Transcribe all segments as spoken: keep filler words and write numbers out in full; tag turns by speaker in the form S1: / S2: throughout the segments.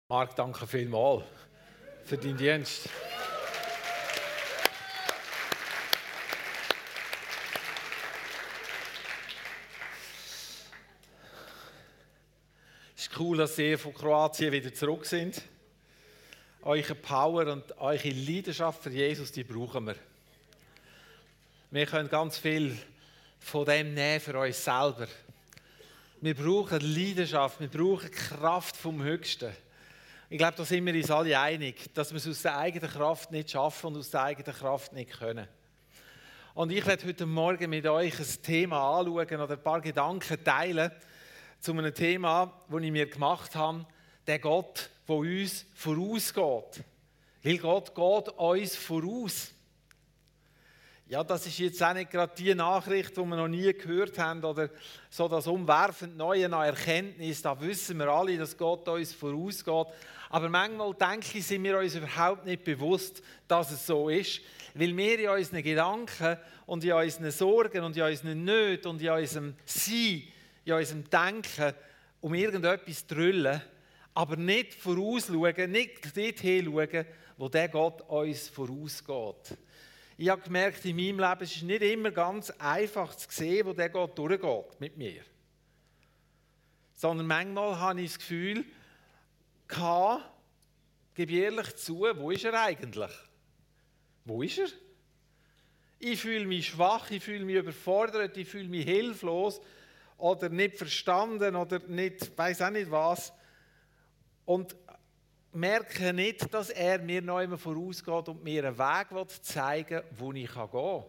S1: Marc, danke vielmals für deinen Dienst. Es ist cool, dass ihr von Kroatien wieder zurück sind. Eure Power und eure Leidenschaft für Jesus, die brauchen wir. Wir können ganz viel von dem nehmen für uns selber. Wir brauchen Leidenschaft, wir brauchen Kraft vom Höchsten. Ich glaube, da sind wir uns alle einig, dass wir es aus der eigenen Kraft nicht schaffen und aus der eigenen Kraft nicht können. Und ich werde heute Morgen mit euch ein Thema anschauen oder ein paar Gedanken teilen zu einem Thema, das ich mir gemacht habe, der Gott, der uns vorausgeht. Weil Gott geht uns voraus. Ja, das ist jetzt auch nicht gerade die Nachricht, die wir noch nie gehört haben oder so das umwerfend Neue an Erkenntnis. Da wissen wir alle, dass Gott uns vorausgeht. Aber manchmal, denke ich, sind wir uns überhaupt nicht bewusst, dass es so ist, weil wir in unseren Gedanken und in unseren Sorgen und in unseren Nöten und in unserem Sein, in unserem Denken um irgendetwas drüllen, aber nicht vorausschauen, nicht dorthin schauen, wo der Gott uns vorausgeht. Ich habe gemerkt, in meinem Leben es ist nicht immer ganz einfach zu sehen, wo der Gott durchgeht mit mir. Sondern manchmal habe ich das Gefühl, gehabt, gebe ich ehrlich zu, wo ist er eigentlich? Wo ist er? Ich fühle mich schwach, ich fühle mich überfordert, ich fühle mich hilflos oder nicht verstanden oder nicht, weiß auch nicht was. Und merke nicht, dass er mir noch immer vorausgeht und mir einen Weg zeigen will, wo ich gehen kann.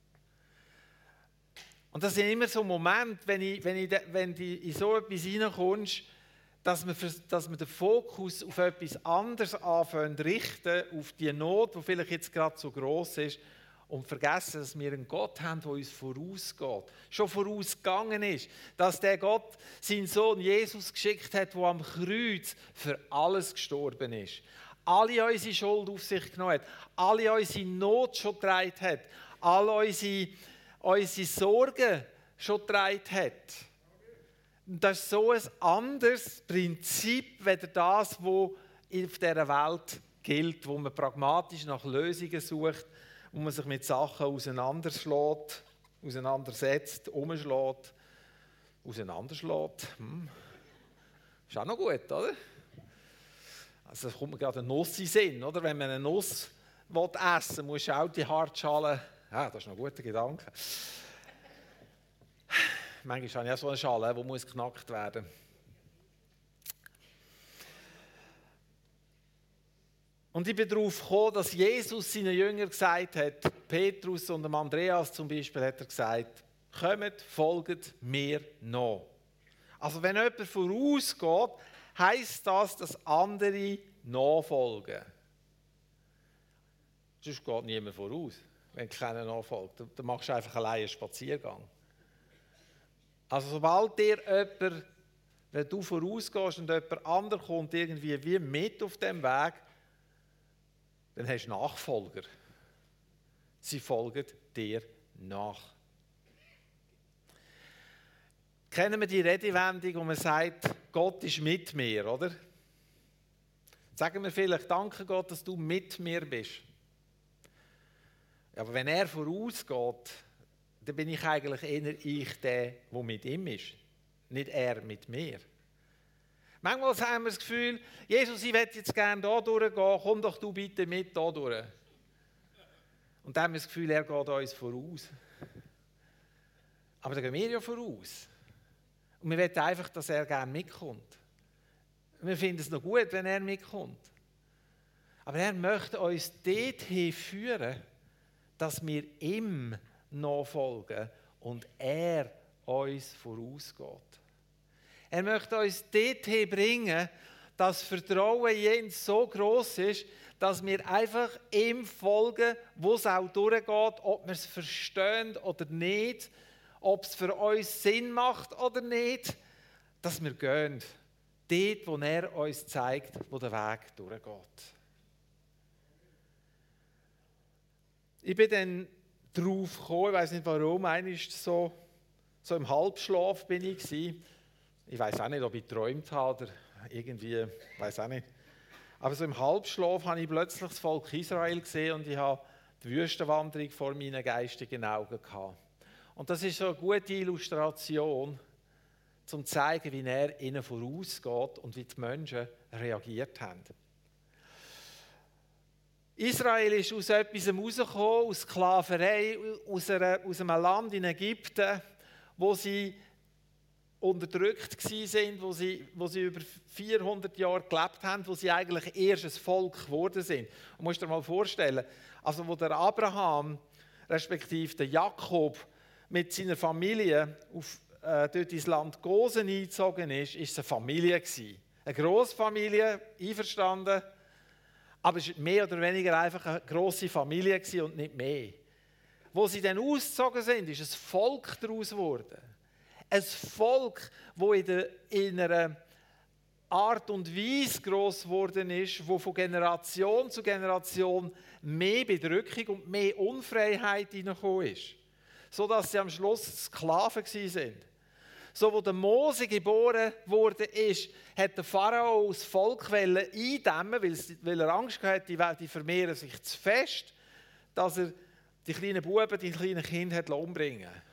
S1: Und das sind immer so Momente, wenn, ich, wenn, ich, wenn du in so etwas reinkommst, dass man, dass man den Fokus auf etwas anderes anfängt zu richten, auf die Not, die vielleicht jetzt gerade so gross ist, und vergessen, dass wir einen Gott haben, der uns vorausgeht, schon vorausgegangen ist, dass der Gott seinen Sohn Jesus geschickt hat, der am Kreuz für alles gestorben ist, alle unsere Schuld auf sich genommen hat, alle unsere Not schon getragen hat, alle unsere, unsere Sorgen schon getragen hat. Und das ist so ein anderes Prinzip, als das, was auf dieser Welt gilt, wo man pragmatisch nach Lösungen sucht, wo man sich mit Sachen auseinanderschlägt, auseinandersetzt, umschlägt, auseinanderschlägt. Hm. Ist auch noch gut, oder? Also da kommt mir gerade eine Nuss in den Sinn, oder? Wenn man eine Nuss essen will, muss auch die Hartschale. Ja, das ist noch ein guter Gedanke. Manchmal habe ich auch so eine Schale, die muss geknackt werden. Und ich bin darauf gekommen, dass Jesus seinen Jüngern gesagt hat, Petrus und dem Andreas zum Beispiel, hat er gesagt, kommt, folgt mir nach. Also wenn jemand vorausgeht, heisst das, dass andere nachfolgen. Sonst geht niemand voraus, wenn keiner nachfolgt. Dann machst du einfach alleine einen Spaziergang. Also sobald dir jemand, wenn du vorausgehst und jemand anderes kommt irgendwie wie mit auf dem Weg, dann hast du Nachfolger. Sie folgen dir nach. Kennen wir die Redewendung, wo man sagt, Gott ist mit mir, oder? Sagen wir vielleicht, danke Gott, dass du mit mir bist. Aber wenn er vorausgeht, dann bin ich eigentlich eher ich der, der mit ihm ist, nicht er mit mir. Manchmal haben wir das Gefühl, Jesus, ich möchte jetzt gerne hier durchgehen, komm doch du bitte mit hier durch. Und dann haben wir das Gefühl, er geht uns voraus. Aber dann gehen wir ja voraus. Und wir wollen einfach, dass er gerne mitkommt. Wir finden es noch gut, wenn er mitkommt. Aber er möchte uns dorthin führen, dass wir ihm nachfolgen und er uns vorausgeht. Er möchte uns dorthin bringen, dass Vertrauen in ihn so gross ist, dass wir einfach ihm folgen, wo es auch durchgeht, ob wir es verstehen oder nicht, ob es für uns Sinn macht oder nicht, dass wir gehen, dort, wo er uns zeigt, wo der Weg durchgeht. Ich bin dann drauf gekommen, ich weiß nicht warum, einmal so, so im Halbschlaf bin ich gewesen. Ich weiß auch nicht, ob ich geträumt habe oder irgendwie, weiß auch nicht. Aber so im Halbschlaf habe ich plötzlich das Volk Israel gesehen und ich habe die Wüstenwanderung vor meinen geistigen Augen gehabt. Und das ist so eine gute Illustration, um zu zeigen, wie er ihnen vorausgeht und wie die Menschen reagiert haben. Israel ist aus etwas herausgekommen, aus Sklaverei, aus, einer, aus einem Land in Ägypten, wo sie unterdrückt waren, wo sie, wo sie über vierhundert Jahre gelebt haben, wo sie eigentlich erst ein Volk geworden sind. Du musst dir mal vorstellen, also wo der Abraham, respektive der Jakob, mit seiner Familie auf, äh, dort ins Land Gosen eingezogen ist, war es eine Familie gewesen. Eine Grossfamilie, einverstanden, aber es war mehr oder weniger einfach eine grosse Familie gewesen und nicht mehr. Wo sie dann ausgezogen sind, ist ein Volk daraus geworden. Ein Volk, das in, der, in einer Art und Weise gross geworden ist, wo von Generation zu Generation mehr Bedrückung und mehr Unfreiheit hineingekommen ist. Sodass sie am Schluss Sklaven waren. So, wo der Mose geboren wurde, ist, hat der Pharao das Volk eindämmen, weil er Angst hatte, die vermehren sich zu fest, dass er die kleinen Buben, die kleinen Kinder hat umbringen lassen.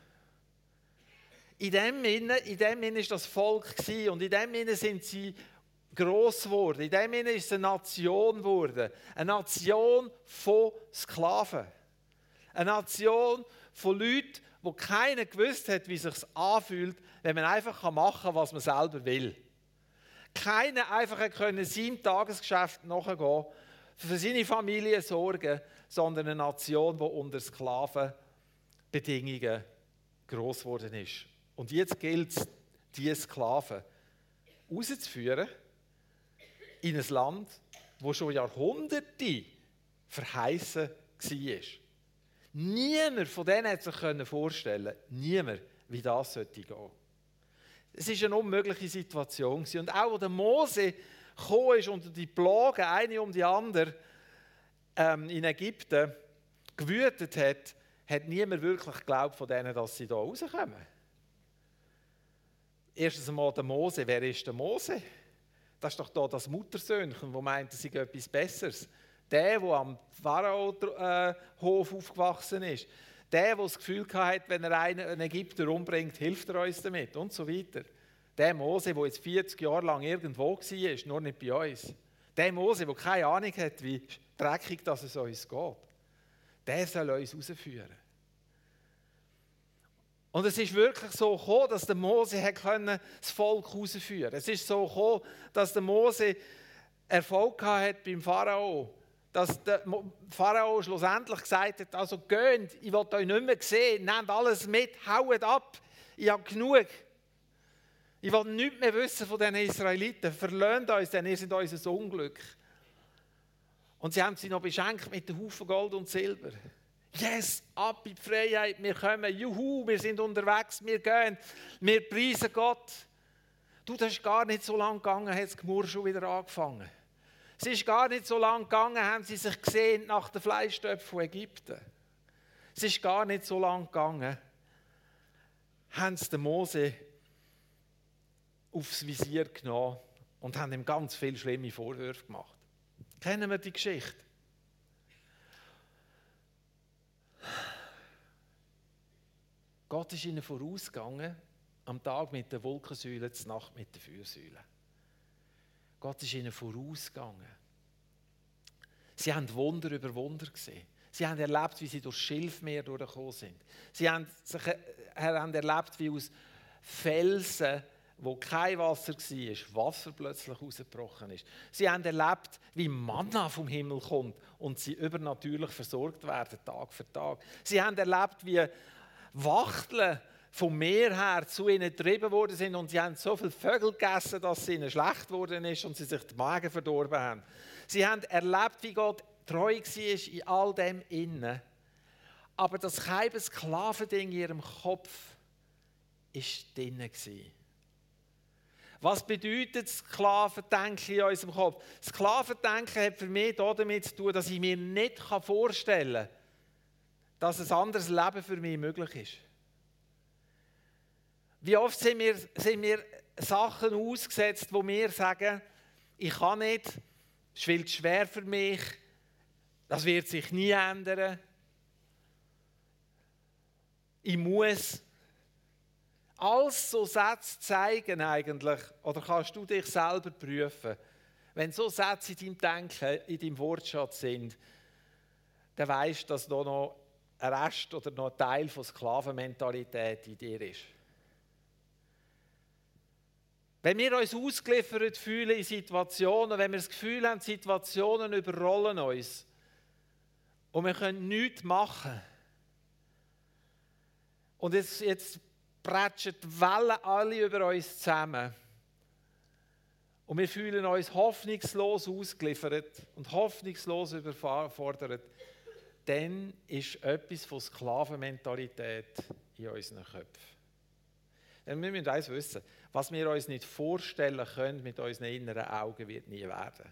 S1: In dem Sinne, in dem Sinne ist das Volk gewesen, und in dem Sinne sind sie gross geworden. In dem Sinne ist es eine Nation geworden. Eine Nation von Sklaven. Eine Nation von Leuten, wo keiner gewusst hat, wie es sich anfühlt, wenn man einfach machen kann, was man selber will. Keiner einfach können seinem Tagesgeschäft nachgehen, für seine Familie sorgen, sondern eine Nation, die unter Sklavenbedingungen gross geworden ist. Und jetzt gilt es, diese Sklaven rauszuführen in ein Land, das schon Jahrhunderte verheißen war. Niemand von denen hat sich vorstellen können, niemand, wie das sollte gehen. Es war eine unmögliche Situation. Und auch als der Mose gekommen ist unter die Plagen, eine um die andere, ähm, in Ägypten gewütet hat, hat niemand wirklich geglaubt von denen, dass sie da rauskommen. Erstens einmal der Mose. Wer ist der Mose? Das ist doch da das Muttersöhnchen, das meint, es sei etwas Besseres. Der, der am Pharao-Hof aufgewachsen ist. Der, der das Gefühl hatte, wenn er einen Ägypter umbringt, hilft er uns damit und so weiter. Der Mose, der jetzt vierzig Jahre lang irgendwo war, nur nicht bei uns. Der Mose, der keine Ahnung hat, wie dreckig dass es uns geht. Der soll uns herausführen. Und es ist wirklich so gekommen, dass der Mose das Volk herausführen konnte. Es ist so gekommen, dass der Mose Erfolg hatte beim Pharao. Dass der Pharao schlussendlich gesagt hat, also geht, ich will euch nicht mehr sehen, nehmt alles mit, haut ab, ich habe genug. Ich will nichts mehr wissen von diesen Israeliten, verlöhnt uns, denn ihr seid unser Unglück. Und sie haben sie noch beschenkt mit einem Haufen Gold und Silber. Yes, ab in die Freiheit, wir kommen, juhu, wir sind unterwegs, wir gehen, wir preisen Gott. Du, das ist gar nicht so lange gegangen, hat das Gemurr schon wieder angefangen. Es ist gar nicht so lange gegangen, haben sie sich gesehnt nach den Fleischtöpfen von Ägypten. Es ist gar nicht so lange gegangen, haben sie den Mose aufs Visier genommen und haben ihm ganz viele schlimme Vorwürfe gemacht. Kennen wir die Geschichte? Gott ist ihnen vorausgegangen, am Tag mit der Wolkensäule, zur Nacht mit der Feuersäule. Gott ist ihnen vorausgegangen. Sie haben Wunder über Wunder gesehen. Sie haben erlebt, wie sie durch das Schilfmeer durchgekommen sind. Sie haben, sich, äh, haben erlebt, wie aus Felsen, wo kein Wasser war, Wasser plötzlich rausgebrochen ist. Sie haben erlebt, wie Manna vom Himmel kommt und sie übernatürlich versorgt werden, Tag für Tag. Sie haben erlebt, wie Wachteln vom Meer her zu ihnen getrieben worden sind und sie haben so viele Vögel gegessen, dass es ihnen schlecht geworden ist und sie sich die Magen verdorben haben. Sie haben erlebt, wie Gott treu war in all dem Innen. Aber das kleine Sklavending in ihrem Kopf war drinnen. Was bedeutet Sklavendenken in unserem Kopf? Sklavendenken hat für mich damit zu tun, dass ich mir nicht vorstellen kann, dass ein anderes Leben für mich möglich ist. Wie oft sind wir, sind wir Sachen ausgesetzt, wo wir sagen, ich kann nicht ist viel zu schwer für mich, das wird sich nie ändern. Ich muss. Alles so Sätze zeigen eigentlich, oder kannst du dich selber prüfen, wenn so Sätze in deinem Denken, in deinem Wortschatz sind, dann weisst du, dass da noch ein Rest oder noch ein Teil von Sklavenmentalität in dir ist. Wenn wir uns ausgeliefert fühlen in Situationen, wenn wir das Gefühl haben, Situationen überrollen uns und wir können nichts machen, und jetzt, jetzt prätschen die Wellen alle über uns zusammen. Und wir fühlen uns hoffnungslos ausgeliefert und hoffnungslos überfordert. Dann ist etwas von Sklavenmentalität in unseren Köpfen. Denn wir müssen eins wissen, was wir uns nicht vorstellen können mit unseren inneren Augen, wird nie werden.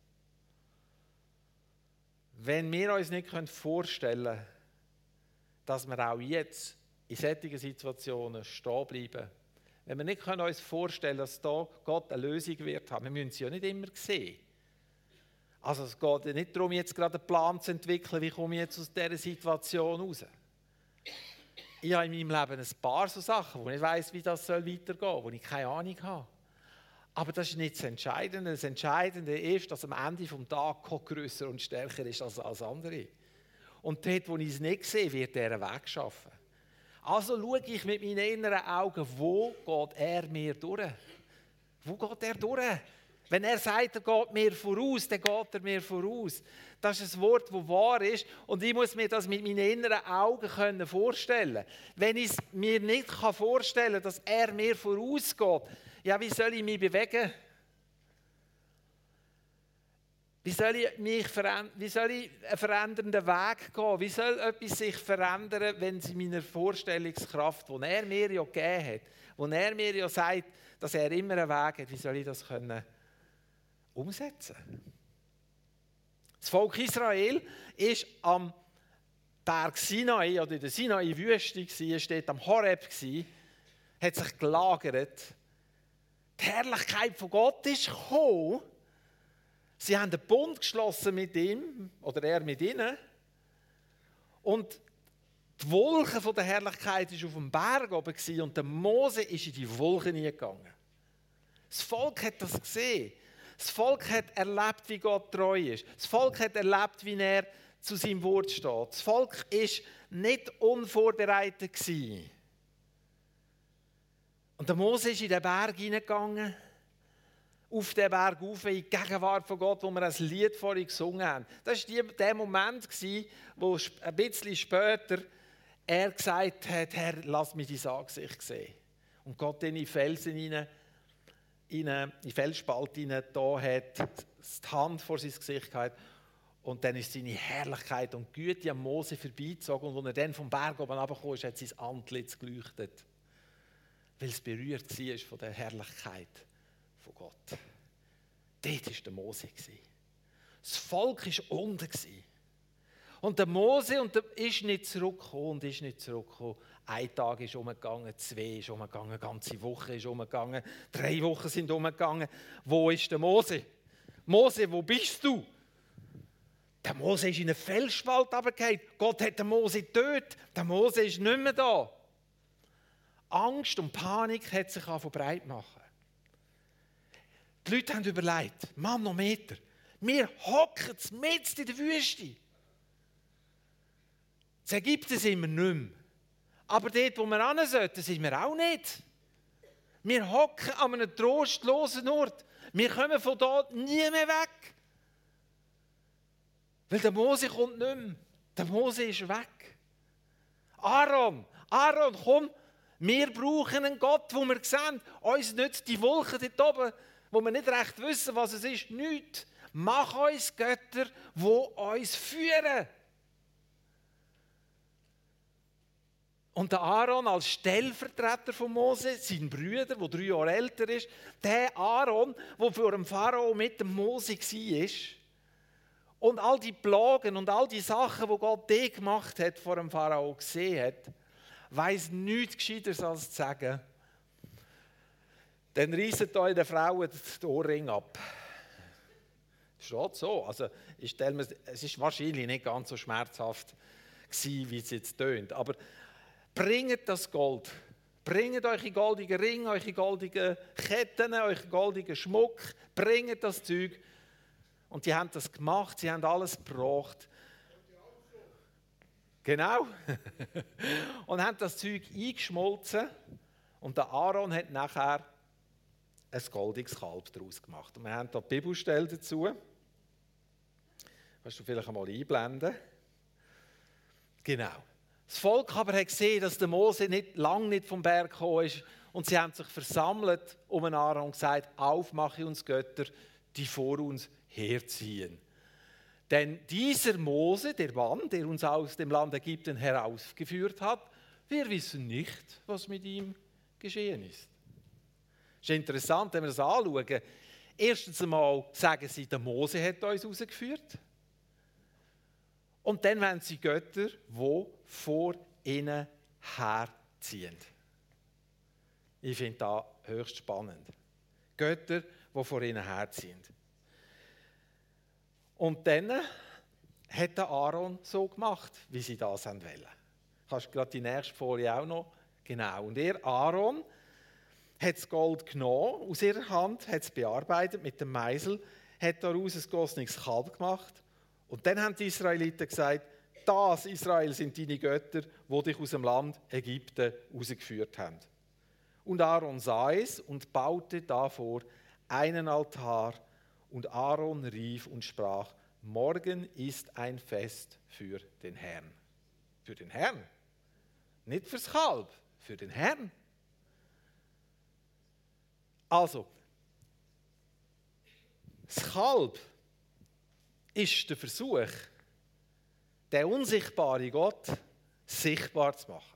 S1: Wenn wir uns nicht vorstellen können, dass wir auch jetzt in solchen Situationen stehen bleiben. Wenn wir nicht uns vorstellen können, dass da Gott eine Lösung wird haben, wir müssen sie ja nicht immer sehen. Also es geht nicht darum, jetzt gerade einen Plan zu entwickeln, wie komme ich jetzt aus dieser Situation raus. Ich habe in meinem Leben ein paar so Sachen, wo ich nicht weiss, wie das weitergehen soll, wo ich keine Ahnung habe. Aber das ist nicht das Entscheidende. Das Entscheidende ist, dass am Ende des Tages Gott grösser und stärker ist als alles andere. Und dort, wo ich es nicht sehe, wird er einen Weg schaffen. Also schaue ich mit meinen inneren Augen, wo geht er mir durch? Wo geht er durch? Wenn er sagt, er geht mir voraus, dann geht er mir voraus. Das ist ein Wort, das wahr ist und ich muss mir das mit meinen inneren Augen vorstellen. Wenn ich es mir nicht vorstellen kann, dass er mir vorausgeht, ja, wie soll ich mich bewegen? Wie soll ich, mich wie soll ich einen verändernden Weg gehen? Wie soll etwas sich verändern, wenn es in meiner Vorstellungskraft, die er mir ja gegeben hat, wo er mir ja sagt, dass er immer einen Weg hat, wie soll ich das können umsetzen? Das Volk Israel ist am Berg Sinai oder in der Sinai-Wüste, es steht am Horeb, hat sich gelagert. Die Herrlichkeit von Gott ist gekommen. Sie haben einen Bund geschlossen mit ihm, oder er mit ihnen. Und die Wolke von der Herrlichkeit war auf dem Berg oben und der Mose ist in die Wolke hineingegangen. Das Volk hat das gesehen. Das Volk hat erlebt, wie Gott treu ist. Das Volk hat erlebt, wie er zu seinem Wort steht. Das Volk war nicht unvorbereitet gewesen. Und der Mose ist in den Berg hineingegangen. Auf den Berg rauf, in die Gegenwart von Gott, wo wir ein Lied vorhin gesungen haben. Das war der Moment, wo ein bisschen später er gesagt hat, Herr, lass mich dein Angesicht sehen. Und Gott in die Felsen hinein, in die Felsspalte hinein, da hat die Hand vor sein Gesicht gehabt. Und dann ist seine Herrlichkeit und Güte am Mose vorbeigezogen. Und als er dann vom Berg oben runtergekommen ist, hat sein Antlitz geleuchtet. Weil es berührt war von der Herrlichkeit von Gott. Dort war der Mose. Das Volk war unten. Und der Mose und der ist nicht zurückgekommen und ist nicht zurückgekommen. Ein Tag ist umgegangen, zwei ist umgegangen, eine ganze Woche ist umgegangen, drei Wochen sind umgegangen. Wo ist der Mose? Mose, wo bist du? Der Mose ist in einen Felsspalt runtergefallen. Gott hat den Mose getötet. Der Mose ist nicht mehr da. Angst und Panik hat sich breit machen. Die Leute haben überlegt, Manometer, wir hocken mitten in der Wüste. In Ägypten sind wir nicht mehr. Aber dort, wo wir hin sollten, sind wir auch nicht. Wir hocken an einem trostlosen Ort. Wir kommen von dort nie mehr weg. Weil der Mose kommt nicht mehr. Der Mose ist weg. Aaron, Aaron, komm, wir brauchen einen Gott, den wir sehen. Uns nützt die Wolke dort oben, wo wir nicht recht wissen, was es ist, nichts. Mach uns Götter, die uns führen. Und der Aaron als Stellvertreter von Mose, sein Bruder, der drei Jahre älter ist, der Aaron, der vor dem Pharao mit dem Mose war, und all die Plagen und all die Sachen, die Gott dir gemacht hat, vor dem Pharao gesehen hat, weiss nichts Gescheiteres als zu sagen, dann reissen euch den Frauen den Ohrring ab. Steht so. Also ich stelle mir, es ist wahrscheinlich nicht ganz so schmerzhaft gewesen, wie es jetzt tönt. Aber bringt das Gold. Bringt eure goldigen Ringe, eure goldigen Ketten, euren goldigen Schmuck. Bringt das Zeug. Und die haben das gemacht, sie haben alles gebracht. Genau. Und haben das Zeug eingeschmolzen. Und der Aaron hat nachher ein goldiges Kalb daraus gemacht. Und wir haben hier die Bibelstelle dazu. Kannst du vielleicht einmal einblenden? Genau. Das Volk aber hat gesehen, dass der Mose nicht, lang nicht vom Berg gekommen ist. Und sie haben sich versammelt um den Aaron und gesagt, aufmache uns Götter, die vor uns herziehen. Denn dieser Mose, der Mann, der uns aus dem Land Ägypten herausgeführt hat, wir wissen nicht, was mit ihm geschehen ist. Es ist interessant, wenn wir das anschauen. Erstens einmal sagen sie, der Mose hat uns herausgeführt. Und dann wollen sie Götter, die vor ihnen herziehen. Ich finde das höchst spannend. Götter, die vor ihnen herziehen. Und dann hat der Aaron so gemacht, wie sie das wollen. Kannst du gerade die nächste Folie auch noch? Genau. Und er, Aaron, hat das Gold genommen aus ihrer Hand, hat es bearbeitet mit dem Meisel, hat daraus ein gossenes Kalb gemacht. Und dann haben die Israeliten gesagt, das, Israel, sind deine Götter, die dich aus dem Land Ägypten herausgeführt haben. Und Aaron sah es und baute davor einen Altar. Und Aaron rief und sprach, morgen ist ein Fest für den Herrn. Für den Herrn. Nicht fürs Kalb, für den Herrn. Also, das Kalb ist der Versuch, den unsichtbaren Gott sichtbar zu machen.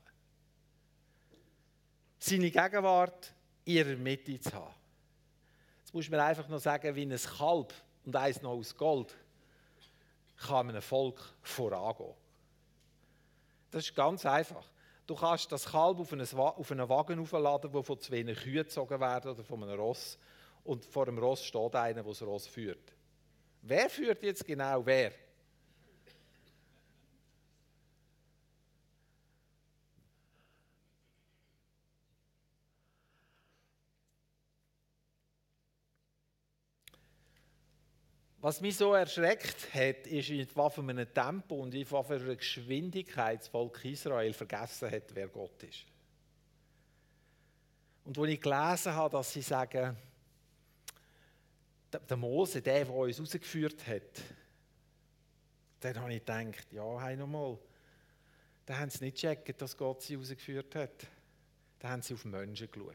S1: Seine Gegenwart in ihrer Mitte zu haben. Jetzt muss man einfach noch sagen, wie ein Kalb und eins noch aus Gold kann einem Volk vorangehen. Das ist ganz einfach. Du kannst das Kalb auf einen, auf einen Wagen aufladen, der von zwei Kühen gezogen werden oder von einem Ross. Und vor dem Ross steht einer, der das Ross führt. Wer führt jetzt genau wer? Was mich so erschreckt hat, ist, in was für einem Tempo und in was für einer Geschwindigkeit das Volk Israel vergessen hat, wer Gott ist. Und als ich gelesen habe, dass sie sagen, der Mose, der, der uns rausgeführt hat, dann habe ich gedacht, ja, hey nochmal, da haben sie nicht gecheckt, dass Gott sie rausgeführt hat. Da haben sie auf Menschen geschaut.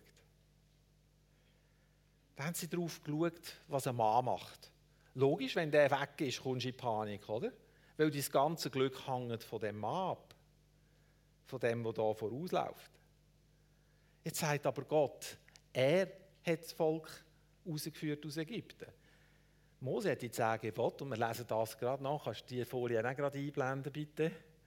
S1: Da haben sie darauf geschaut, was ein Mann macht. Logisch, wenn der weg ist, kommst du in Panik, oder? Weil dein ganze Glück hängt von dem Mann ab. Von dem, der hier vorausläuft. Jetzt sagt aber Gott, er hat das Volk rausgeführt aus Ägypten. Mose hat die zehn Gebote, und wir lesen das gerade nach. Kannst du die Folie auch gerade einblenden, bitte?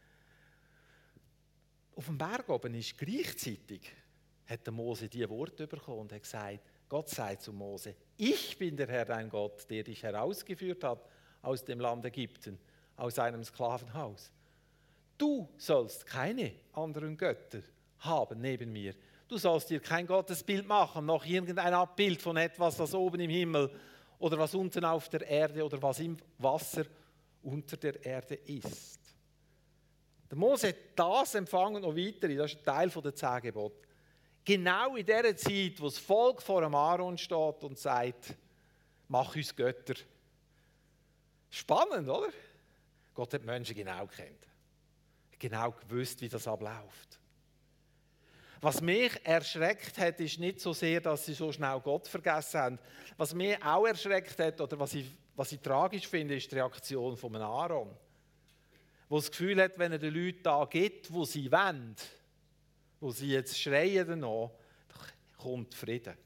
S1: Auf dem Berg oben ist gleichzeitig, hat der Mose diese Worte bekommen und hat gesagt, Gott sagt zu Mose, ich bin der Herr, dein Gott, der dich herausgeführt hat aus dem Land Ägypten, aus einem Sklavenhaus. Du sollst keine anderen Götter haben neben mir. Du sollst dir kein Gottesbild machen, noch irgendein Abbild von etwas, was oben im Himmel oder was unten auf der Erde oder was im Wasser unter der Erde ist. Der Mose hat das empfangen und noch weitere, das ist ein Teil der zehn Gebote. Genau in der Zeit, wo das Volk vor dem Aaron steht und sagt, mach uns Götter. Spannend, oder? Gott hat die Menschen genau gekannt. Genau gewusst, wie das abläuft. Was mich erschreckt hat, ist nicht so sehr, dass sie so schnell Gott vergessen haben. Was mich auch erschreckt hat, oder was ich, was ich tragisch finde, ist die Reaktion von Aaron. Der das Gefühl hat, wenn er den Leuten da gibt, wo sie wollen, wo sie jetzt schreien danach, da kommt Frieden.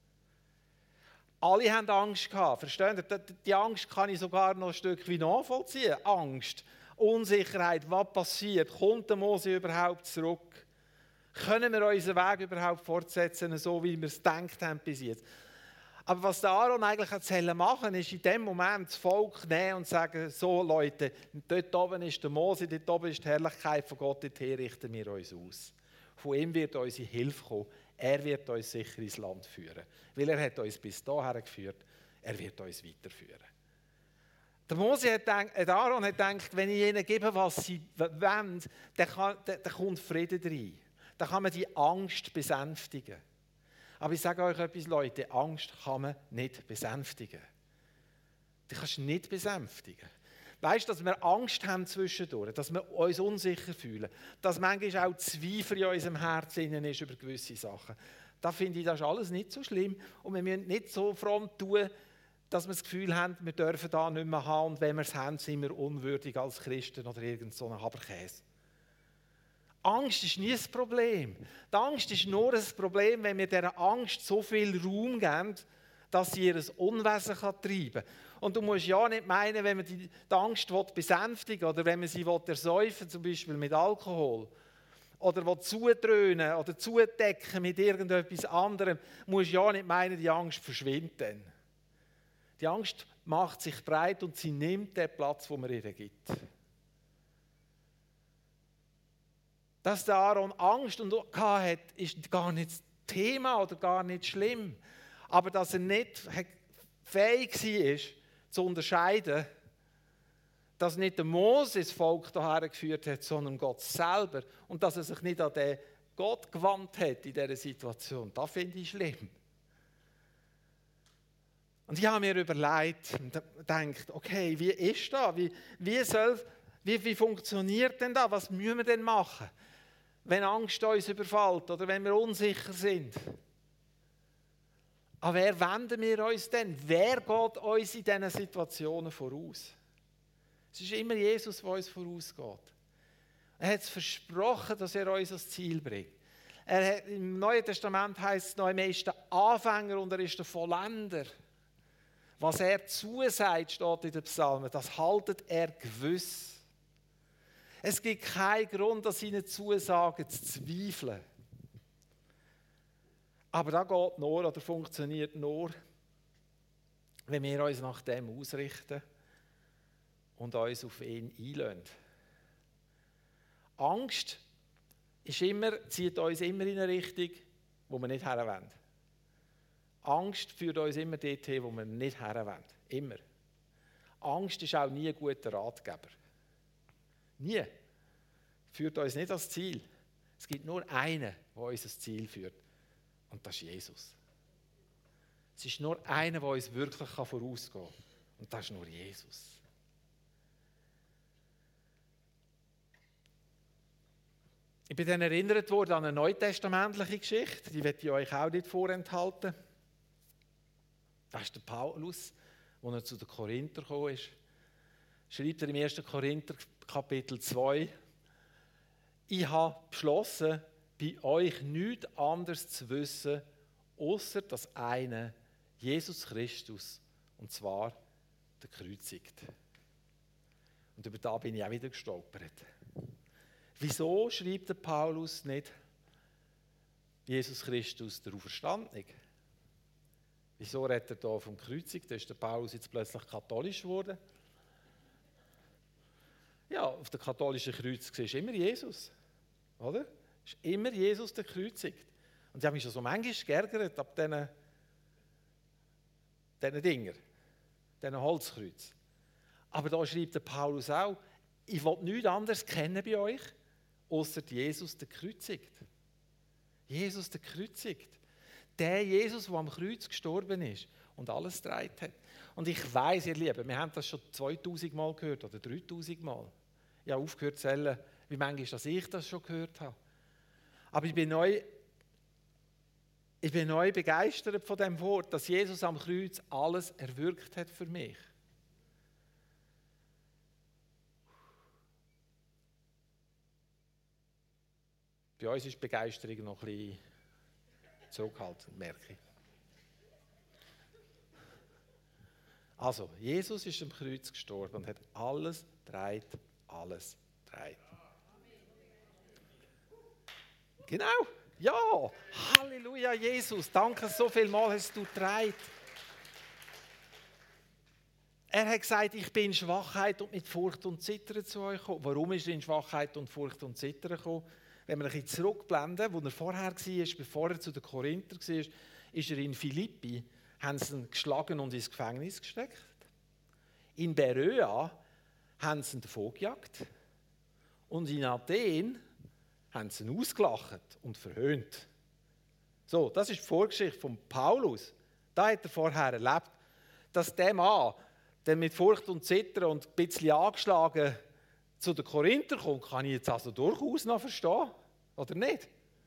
S1: Alle haben Angst gehabt, versteht ihr? Die Angst kann ich sogar noch ein Stück wie nachvollziehen. Angst, Unsicherheit, was passiert? Kommt der Mose überhaupt zurück? Können wir unseren Weg überhaupt fortsetzen, so wie wir es gedacht haben bis jetzt? Aber was der Aaron eigentlich hat machen, ist in dem Moment das Volk nehmen und sagen, so Leute, dort oben ist der Mose, dort oben ist die Herrlichkeit von Gott, dorthin richten wir uns aus. Von ihm wird unsere Hilfe kommen. Er wird uns sicher ins Land führen. Weil er hat uns bis dahin geführt, er wird uns weiterführen. Der Mose hat gedacht, der Aaron hat gedacht, wenn ich ihnen gebe, was sie wollen, dann, kann, dann, dann kommt Frieden rein. Dann kann man die Angst besänftigen. Aber ich sage euch etwas, Leute, Angst kann man nicht besänftigen. Die kannst du nicht besänftigen. Weißt du, dass wir Angst haben zwischendurch, dass wir uns unsicher fühlen, dass manchmal auch Zweifel in unserem Herzen ist über gewisse Sachen. Da finde ich, das ist alles nicht so schlimm. Und wir müssen nicht so fromm tun, dass wir das Gefühl haben, wir dürfen da nicht mehr haben und wenn wir es haben, sind wir unwürdig als Christen oder irgend so ein Haberkäse. Angst ist nie das Problem. Die Angst ist nur ein Problem, wenn wir dieser Angst so viel Raum geben, dass sie ihr Unwesen treiben kann. Und du musst ja nicht meinen, wenn man die, die Angst besänftigen will oder wenn man sie ersäufen will, zum Beispiel mit Alkohol, oder will zudröhnen oder zudecken mit irgendetwas anderem, musst ja nicht meinen, die Angst verschwindet dann. Die Angst macht sich breit und sie nimmt den Platz, den man ihr gibt. Dass der Aaron Angst hatte, ist gar nicht das Thema oder gar nicht schlimm. Aber dass er nicht fähig war, zu unterscheiden, dass nicht der Mose das Volk daher geführt hat, sondern Gott selber. Und dass er sich nicht an den Gott gewandt hat in dieser Situation. Das finde ich schlimm. Und ich habe mir überlegt und gedacht, okay, wie ist das? Wie, wie, soll, wie, wie funktioniert denn das? Was müssen wir denn machen, wenn Angst uns überfällt oder wenn wir unsicher sind? An wer wenden wir uns denn? Wer geht uns in diesen Situationen voraus? Es ist immer Jesus, der uns vorausgeht. Er hat es versprochen, dass er uns ans Ziel bringt. Er hat, im Neuen Testament heisst es noch, er ist der Anfänger und er ist der Vollender. Was er zusagt, steht in den Psalmen, das haltet er gewiss. Es gibt keinen Grund, an seinen Zusagen zu zweifeln. Aber das geht nur oder funktioniert nur, wenn wir uns nach dem ausrichten und uns auf ihn einlassen. Angst ist immer, zieht uns immer in eine Richtung, wo wir nicht hin wollen. Angst führt uns immer dorthin, wo wir nicht hin wollen. Immer. Angst ist auch nie ein guter Ratgeber. Nie. Führt uns nicht ans Ziel. Es gibt nur einen, der uns ans Ziel führt. Und das ist Jesus. Es ist nur einer, der uns wirklich vorausgehen kann. Und das ist nur Jesus. Ich bin dann erinnert worden an eine neutestamentliche Geschichte. Die werde ich euch auch nicht vorenthalten. Das ist der Paulus, als er zu den Korinther gekommen ist. Schreibt er im ersten Korinther Kapitel zwei. Ich habe beschlossen, bei euch nichts anderes zu wissen, außer das eine, Jesus Christus, und zwar der Kreuzigte. Und über da bin ich auch wieder gestolpert. Wieso schreibt der Paulus nicht Jesus Christus der Auferstandene? Wieso redet er da vom Kreuzigten? Ist der Paulus jetzt plötzlich katholisch geworden? Ja, auf dem katholischen Kreuz siehst du immer Jesus, oder? Ist immer Jesus der Kreuzigte. Und ich habe mich schon so manchmal geärgert ab diesen, diesen Dingen, diesen Holzkreuz. Aber da schreibt der Paulus auch, ich will nichts anderes kennen bei euch, außer Jesus der Kreuzigte. Jesus der Kreuzigte. Der Jesus, der am Kreuz gestorben ist und alles getragen hat. Und ich weiss, ihr Lieben, wir haben das schon zweitausend Mal gehört oder dreitausend Mal. Ich habe aufgehört zu zählen, wie manchmal dass ich das schon gehört habe. Aber ich bin neu, ich bin neu begeistert von dem Wort, dass Jesus am Kreuz alles erwirkt hat für mich. Bei uns ist die Begeisterung noch ein bisschen zurückhaltend, merke ich. Also, Jesus ist am Kreuz gestorben und hat alles getragen, alles getragen. Genau, ja, Halleluja, Jesus, danke so viel Mal hast du getragen. er hat gesagt, ich bin in Schwachheit und mit Furcht und Zittern zu euch gekommen. Warum ist er in Schwachheit und Furcht und Zittern gekommen? Wenn wir ein bisschen zurückblenden, wo er vorher war, bevor er zu den Korinther war, ist er in Philippi, haben sie ihn geschlagen und ins Gefängnis gesteckt. In Beröa haben sie ihn davongejagt. Und in Athen haben sie ihn ausgelacht und verhöhnt. So, das ist die Vorgeschichte von Paulus. Da hat er vorher erlebt, dass der Mann, der mit Furcht und Zittern und ein bisschen angeschlagen zu den Korinther kommt, kann ich jetzt also durchaus noch verstehen, oder nicht?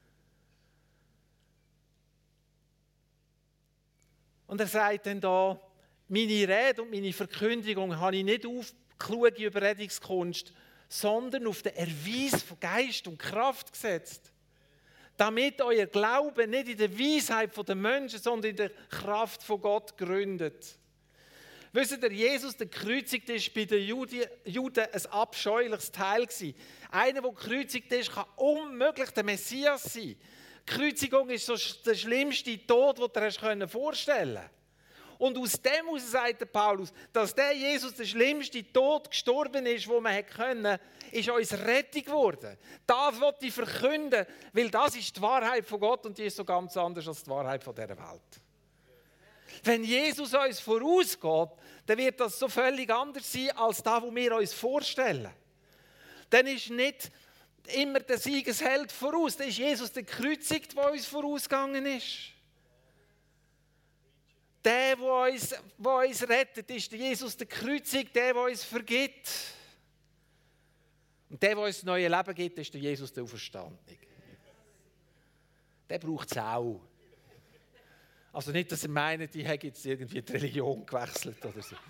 S1: Und er sagt dann da, meine Rede und meine Verkündigung habe ich nicht auf kluge Überredungskunst, sondern auf den Erweis von Geist und Kraft gesetzt. Damit euer Glaube nicht in der Weisheit der Menschen, sondern in der Kraft von Gott gründet. Wisst ihr, Jesus, der gekreuzigt ist, bei den Juden, Juden ein abscheuliches Teil gewesen. Einer, der gekreuzigt ist, kann unmöglich der Messias sein. Die Kreuzigung ist so der schlimmste Tod, den du dir vorstellen kannst. Und aus dem heraus sagt Paulus, dass der Jesus der schlimmste Tod gestorben ist, wo man können, ist uns Rettung geworden. Das wollte ich verkünden, weil das ist die Wahrheit von Gott und die ist so ganz anders als die Wahrheit von dieser Welt. Wenn Jesus uns vorausgeht, dann wird das so völlig anders sein, als das, was wir uns vorstellen. Dann ist nicht immer der Siegesheld voraus, dann ist Jesus der Gekreuzigte, der uns vorausgegangen ist. Der, der uns, der uns rettet, ist Jesus der Gekreuzigte, der, der uns vergibt. Und der, der uns das neue Leben gibt, ist der Jesus der Auferstandene. Der braucht es auch. Also nicht, dass ihr meint, die haben jetzt irgendwie die Religion gewechselt oder so.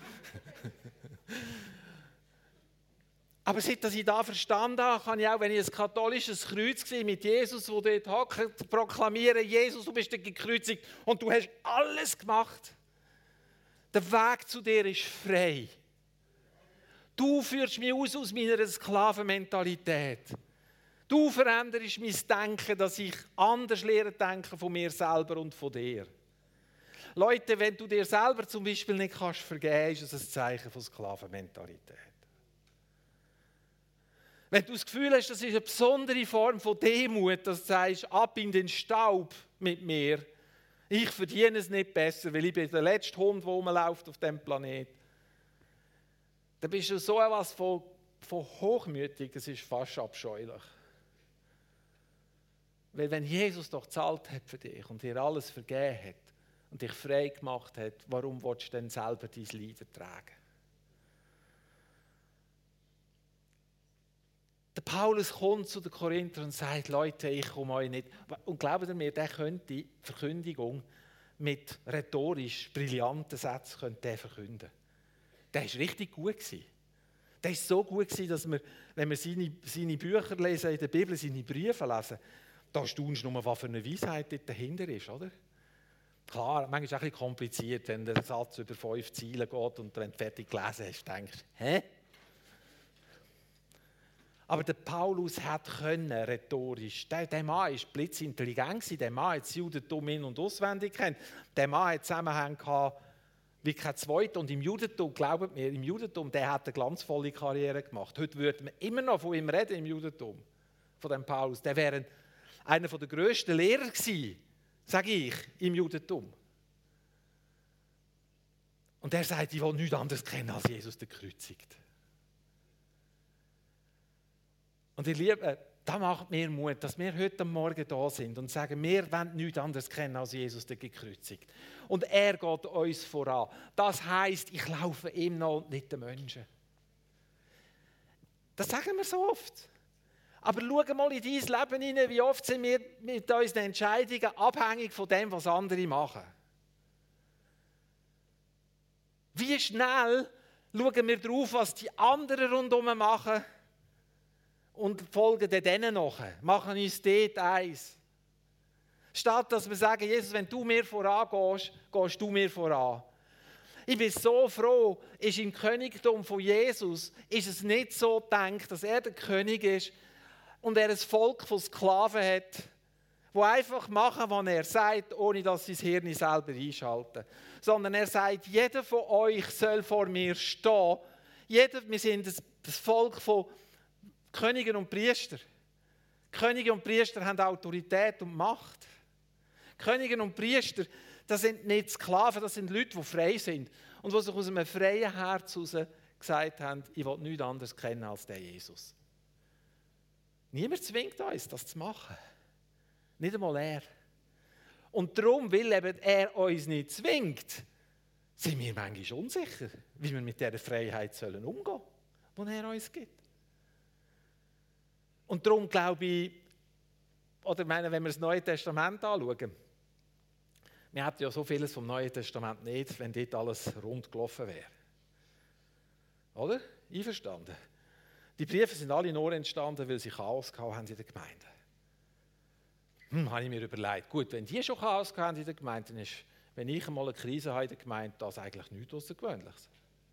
S1: Aber seit ich das verstanden habe, kann ich auch, wenn ich ein katholisches Kreuz sehe mit Jesus, wo dort hockt, proklamieren, Jesus, du bist der gekreuzigt und du hast alles gemacht. Der Weg zu dir ist frei. Du führst mich aus aus meiner Sklavenmentalität. Du veränderst mein Denken, dass ich anders lehre denken von mir selber und von dir. Leute, wenn du dir selber zum Beispiel nicht kannst vergeben, ist das ein Zeichen von Sklavenmentalität. Wenn du das Gefühl hast, das ist eine besondere Form von Demut, dass du sagst, ab in den Staub mit mir, ich verdiene es nicht besser, weil ich bin der letzte Hund, der rumläuft auf diesem Planeten. Dann bist du so etwas von, von hochmütig, das ist fast abscheulich. Weil wenn Jesus doch gezahlt hat für dich und dir alles vergeben hat und dich frei gemacht hat, warum willst du denn selber dein Leiden tragen? Der Paulus kommt zu den Korinthern und sagt, Leute, ich komme euch nicht. Und glaubt ihr mir, der könnte die Verkündigung mit rhetorisch brillanten Sätzen könnte der verkünden. Der war richtig gut gewesen. Der war so gut gewesen, dass wir, wenn wir seine, seine Bücher lesen, in der Bibel, seine Briefe lesen, da staunst du nur, was für eine Weisheit dort dahinter ist, oder? Klar, manchmal ist es ein bisschen kompliziert, wenn der Satz über fünf Zeilen geht und wenn du fertig gelesen hast, denkst du, hä? Aber der Paulus hat können, rhetorisch. Der, der Mann war blitzintelligent, der Mann hat das Judentum in- und auswendig gekannt. Der Mann hat Zusammenhänge gehabt wie kein Zweiter. Und im Judentum, glaubt mir, im Judentum, der hat eine glanzvolle Karriere gemacht. Heute würde man immer noch von ihm reden im Judentum, von dem Paulus. Der wäre einer der grössten Lehrer gewesen, sage ich, im Judentum. Und er sagt, ich will nichts anderes kennen als Jesus, der Gekreuzigte. Und ihr Lieben, das macht mir Mut, dass wir heute Morgen da sind und sagen, wir wollen nichts anderes kennen als Jesus, der gekreuzigt. Und er geht uns voran. Das heisst, ich laufe ihm nach und nicht den Menschen. Das sagen wir so oft. Aber schau mal in dein Leben hinein, wie oft sind wir mit unseren Entscheidungen abhängig von dem, was andere machen. Wie schnell schauen wir darauf, was die anderen rundherum machen, und folgen denen nachher, machen uns dort eins. Statt dass wir sagen, Jesus, wenn du mir vorangehst, gehst du mir voran. Ich bin so froh, ist im Königtum von Jesus ist es nicht so gedacht, dass er der König ist und er ein Volk von Sklaven hat, die einfach machen, was er sagt, ohne dass sie das Hirn selber einschalten. Sondern er sagt, jeder von euch soll vor mir stehen. Jeder, wir sind das Volk von Königen und Priestern. Könige und Priester haben Autorität und Macht. Könige und Priester, das sind nicht Sklaven, das sind Leute, die frei sind. Und die sich aus einem freien Herz heraus gesagt haben, ich will nichts anderes kennen als den Jesus. Niemand zwingt uns, das zu machen. Nicht einmal er. Und darum, weil eben er uns nicht zwingt, sind wir manchmal unsicher, wie wir mit dieser Freiheit sollen umgehen sollen, die er uns gibt. Und darum glaube ich, oder meine, wenn wir das Neue Testament anschauen, wir hätten ja so vieles vom Neuen Testament nicht, wenn dort alles rund gelaufen wäre. Oder? Einverstanden? Die Briefe sind alle nur entstanden, weil sie Chaos haben in der Gemeinde. Hm, habe ich mir überlegt. Gut, wenn die schon Chaos haben in der Gemeinde, dann ist, wenn ich einmal eine Krise habe in der Gemeinde, das eigentlich nichts Außergewöhnliches.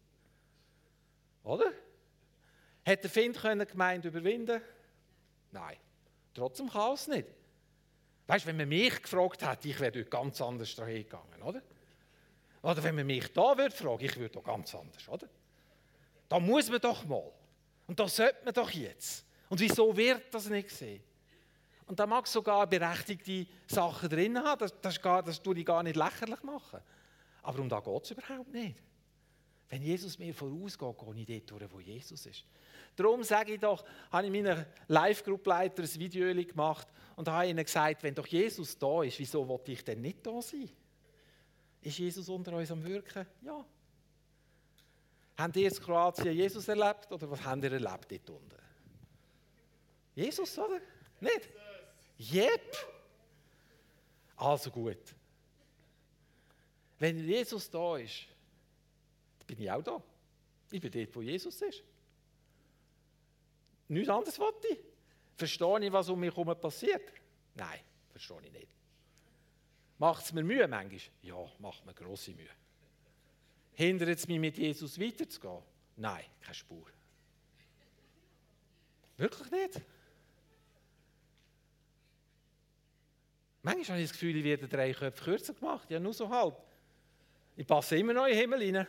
S1: Oder? Hätte der Find die Gemeinde überwinden können? Nein. Trotzdem Chaos nicht. Weißt du, wenn man mich gefragt hätte, ich wäre dort ganz anders dahin gegangen, oder? Oder wenn man mich da würde fragen, ich würde doch ganz anders, oder? Da muss man doch mal. Und da sollte man doch jetzt. Und wieso wird das nicht gesehen? Und da mag es sogar berechtigte Sachen drin haben, das, das, gar, das tue ich gar nicht lächerlich machen. Aber um da geht es überhaupt nicht. Wenn Jesus mir vorausgeht, gehe ich dort durch, wo Jesus ist. Darum sage ich doch, habe ich meinen Live-Group-Leiter ein Video gemacht und habe ihnen gesagt, wenn doch Jesus da ist, wieso wollte ich denn nicht da sein? Ist Jesus unter uns am Wirken? Ja. Habt ihr in Kroatien Jesus erlebt oder was habt ihr erlebt dort unten? Jesus, oder? Nicht? Jep. Also gut. Wenn Jesus da ist, bin ich auch da. Ich bin dort, wo Jesus ist. Nichts anderes wollte ich. Verstehe ich, was um mich herum passiert? Nein, verstehe ich nicht. Macht es mir Mühe manchmal? Ja, macht mir grosse Mühe. Hindert es mich, mit Jesus weiterzugehen? Nein, keine Spur. Wirklich nicht. Manchmal habe ich das Gefühl, ich werde drei Köpfe kürzer gemacht. Ja, nur so halb. Ich passe immer noch in den Himmel rein.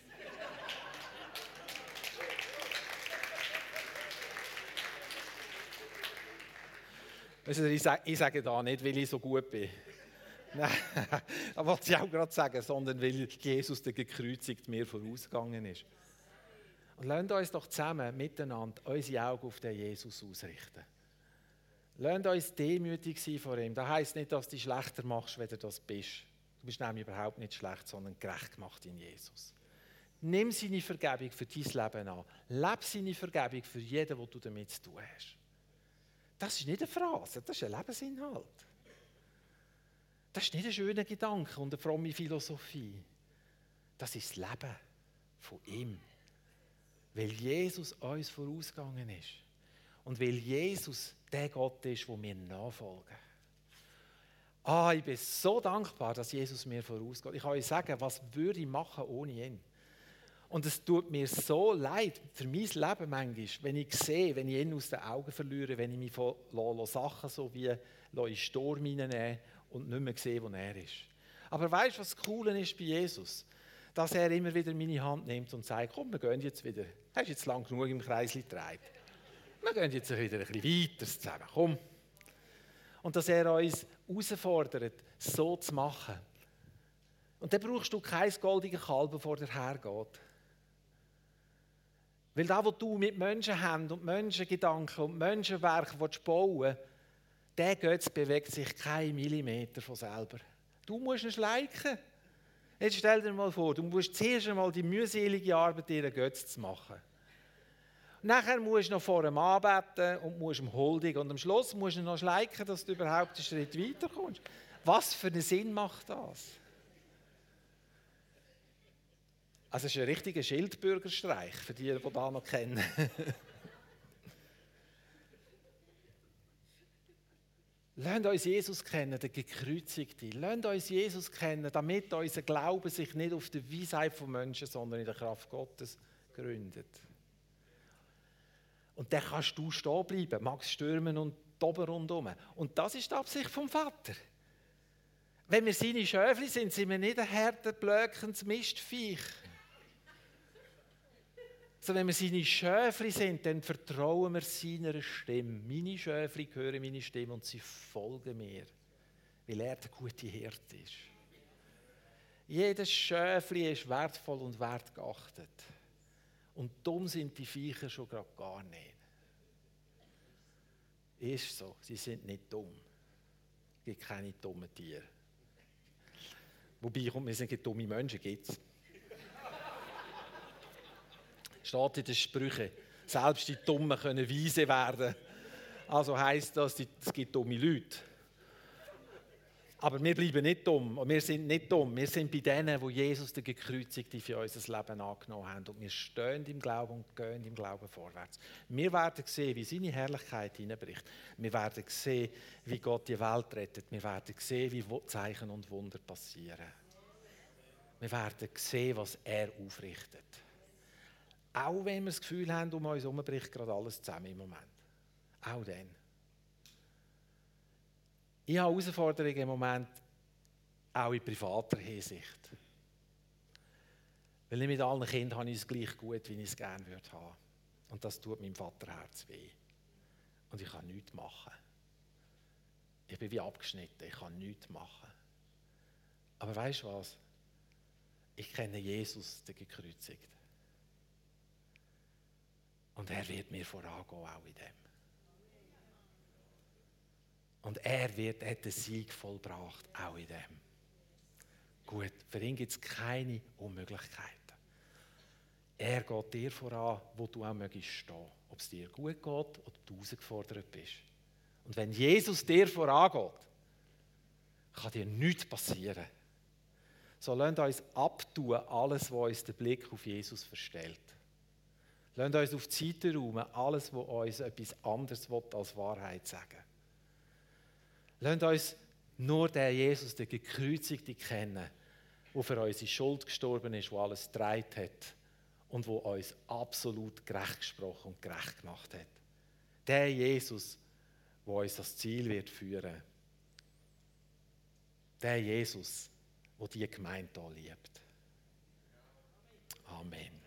S1: Also ich, sage, ich sage da nicht, weil ich so gut bin. Nein, das wollte ich auch gerade sagen, sondern weil Jesus, der gekreuzigt, mir vorausgegangen ist. Und lasst uns doch zusammen, miteinander, unsere Augen auf den Jesus ausrichten. Lasst uns demütig sein vor ihm. Das heisst nicht, dass du dich schlechter machst, wenn du das bist. Du bist nämlich überhaupt nicht schlecht, sondern gerecht gemacht in Jesus. Nimm seine Vergebung für dein Leben an. Lebe seine Vergebung für jeden, den du damit zu tun hast. Das ist nicht eine Phrase, das ist ein Lebensinhalt. Das ist nicht ein schöner Gedanke und eine fromme Philosophie. Das ist das Leben von ihm. Weil Jesus uns vorausgegangen ist. Und weil Jesus der Gott ist, wo wir nachfolgen. Ah, ich bin so dankbar, dass Jesus mir vorausgeht. Ich kann euch sagen, was würde ich machen ohne ihn? Und es tut mir so leid für mein Leben manchmal, wenn ich sehe, wenn ich ihn aus den Augen verliere, wenn ich mich von Sachen so wie in den Sturm hineinnehme und nicht mehr sehe, wo er ist. Aber weißt du, was das Coole ist bei Jesus? Dass er immer wieder meine Hand nimmt und sagt, komm, wir gehen jetzt wieder. Hast jetzt lang genug im Kreis gedreht. Wir gehen jetzt wieder ein bisschen weiter zusammen. Komm. Und dass er uns herausfordert, so zu machen. Und dann brauchst du kein goldiges Kalb, bevor der hergeht. Weil das, was du mit Menschenhänden und Menschengedanken und Menschenwerken bauen willst, der Götz bewegt sich keinen Millimeter von selber. Du musst ihn schleichen. Jetzt stell dir mal vor, du musst zuerst einmal die mühselige Arbeit, ihren Götz zu machen. Nachher musst du noch vor ihm anbeten und musst ihm huldigen. Und am Schluss musst du noch schleichen, dass du überhaupt einen Schritt weiterkommst. Was für einen Sinn macht das? Also es ist ein richtiger Schildbürgerstreich, für die, die das noch kennen. Lasst uns Jesus kennen, den Gekreuzigten. Lasst uns Jesus kennen, damit unser Glaube sich nicht auf der Weisheit von Menschen, sondern in der Kraft Gottes gründet. Und dann kannst du stehen bleiben, mag es stürmen und toben rundherum. Und das ist die Absicht vom Vater. Wenn wir seine Schöfli sind, sind wir nicht ein härterblökendes Mistviech. Also wenn wir seine Schöfli sind, dann vertrauen wir seiner Stimme. Meine Schöfli hören meine Stimme und sie folgen mir, weil er der gute Hirte ist. Jedes Schöfli ist wertvoll und wertgeachtet. Und dumm sind die Viecher schon gerade gar nicht. Ist so, sie sind nicht dumm. Es gibt keine dummen Tiere. Wobei, wir sind dumme Menschen, gibt es. Steht in den Sprüchen, selbst die Dummen können weise werden. Also heisst das, es gibt dumme Leute. Aber wir bleiben nicht dumm. Wir sind nicht dumm. Wir sind bei denen, wo Jesus den Gekreuzigten für unser Leben angenommen haben. Und wir stehen im Glauben und gehen im Glauben vorwärts. Wir werden sehen, wie seine Herrlichkeit hineinbricht. Wir werden sehen, wie Gott die Welt rettet. Wir werden sehen, wie Zeichen und Wunder passieren. Wir werden sehen, was er aufrichtet. Auch wenn wir das Gefühl haben, um uns herum bricht gerade alles zusammen im Moment. Auch dann. Ich habe Herausforderungen im Moment auch in privater Hinsicht. Weil nicht mit allen Kindern habe ich es gleich gut, wie ich es gerne würde haben. Und das tut meinem Vaterherz weh. Und ich kann nichts machen. Ich bin wie abgeschnitten, ich kann nichts machen. Aber weißt du was? Ich kenne Jesus, den Gekreuzigten. Und er wird mir vorangehen, auch in dem. Und er wird, er hat den Sieg vollbracht, auch in dem. Gut, für ihn gibt es keine Unmöglichkeiten. Er geht dir voran, wo du auch möchtest stehen. Ob es dir gut geht oder du herausgefordert bist. Und wenn Jesus dir vorangeht, kann dir nichts passieren. So lasst uns abtun, alles, was uns den Blick auf Jesus verstellt. Lasst uns auf die Seite räumen, alles, was uns etwas anderes als Wahrheit sagen will. Lasst uns nur den Jesus, den Gekreuzigten, kennen, der für unsere Schuld gestorben ist, der alles getragen hat und der uns absolut gerecht gesprochen und gerecht gemacht hat. Der Jesus, der uns das Ziel wird führen. Der Jesus, der die Gemeinde hier liebt. Amen.